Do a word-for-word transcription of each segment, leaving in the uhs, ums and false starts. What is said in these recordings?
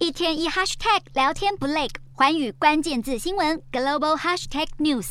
一天一 hashtag 聊天不累，寰宇关键字新闻 global hashtag news。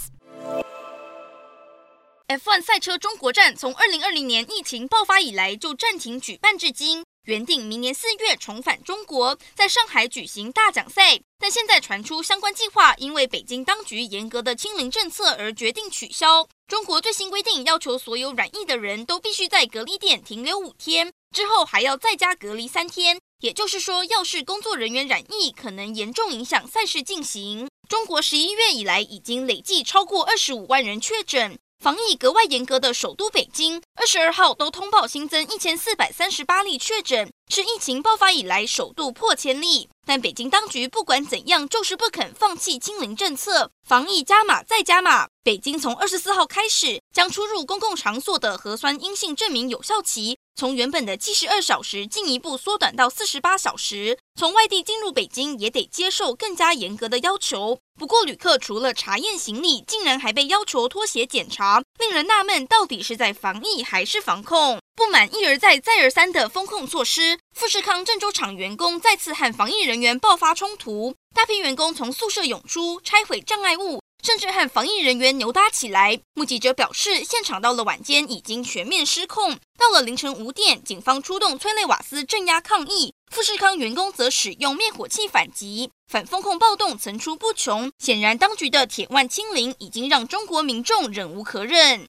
F 一 赛车中国站从二零二零年疫情爆发以来就暂停举办至今，原定明年四月重返中国，在上海举行大奖赛，但现在传出相关计划因为北京当局严格的清零政策而决定取消。中国最新规定要求所有染疫的人都必须在隔离点停留五天，之后还要再加隔离三天。也就是说，要是工作人员染疫，可能严重影响赛事进行。中国十一月以来已经累计超过二十五万人确诊。防疫格外严格的首都北京，二十二号都通报新增一千四百三十八例确诊，是疫情爆发以来首度破千例。但北京当局不管怎样，就是不肯放弃清零政策，防疫加码再加码。北京从二十四号开始，将出入公共场所的核酸阴性证明有效期从原本的七十二小时进一步缩短到四十八小时。从外地进入北京也得接受更加严格的要求。不过，旅客除了查验行李，竟然还被要求脱鞋检查，令人纳闷，到底是在防疫还是防控？不满一而再、再而三的封控措施，富士康郑州厂员工再次和防疫人员爆发冲突，大批员工从宿舍涌出，拆毁障碍物，甚至和防疫人员扭打起来。目击者表示，现场到了晚间已经全面失控，到了凌晨五点，警方出动催泪瓦斯镇压抗议，富士康员工则使用灭火器反击。反封控暴动层出不穷，显然当局的铁腕清零已经让中国民众忍无可忍。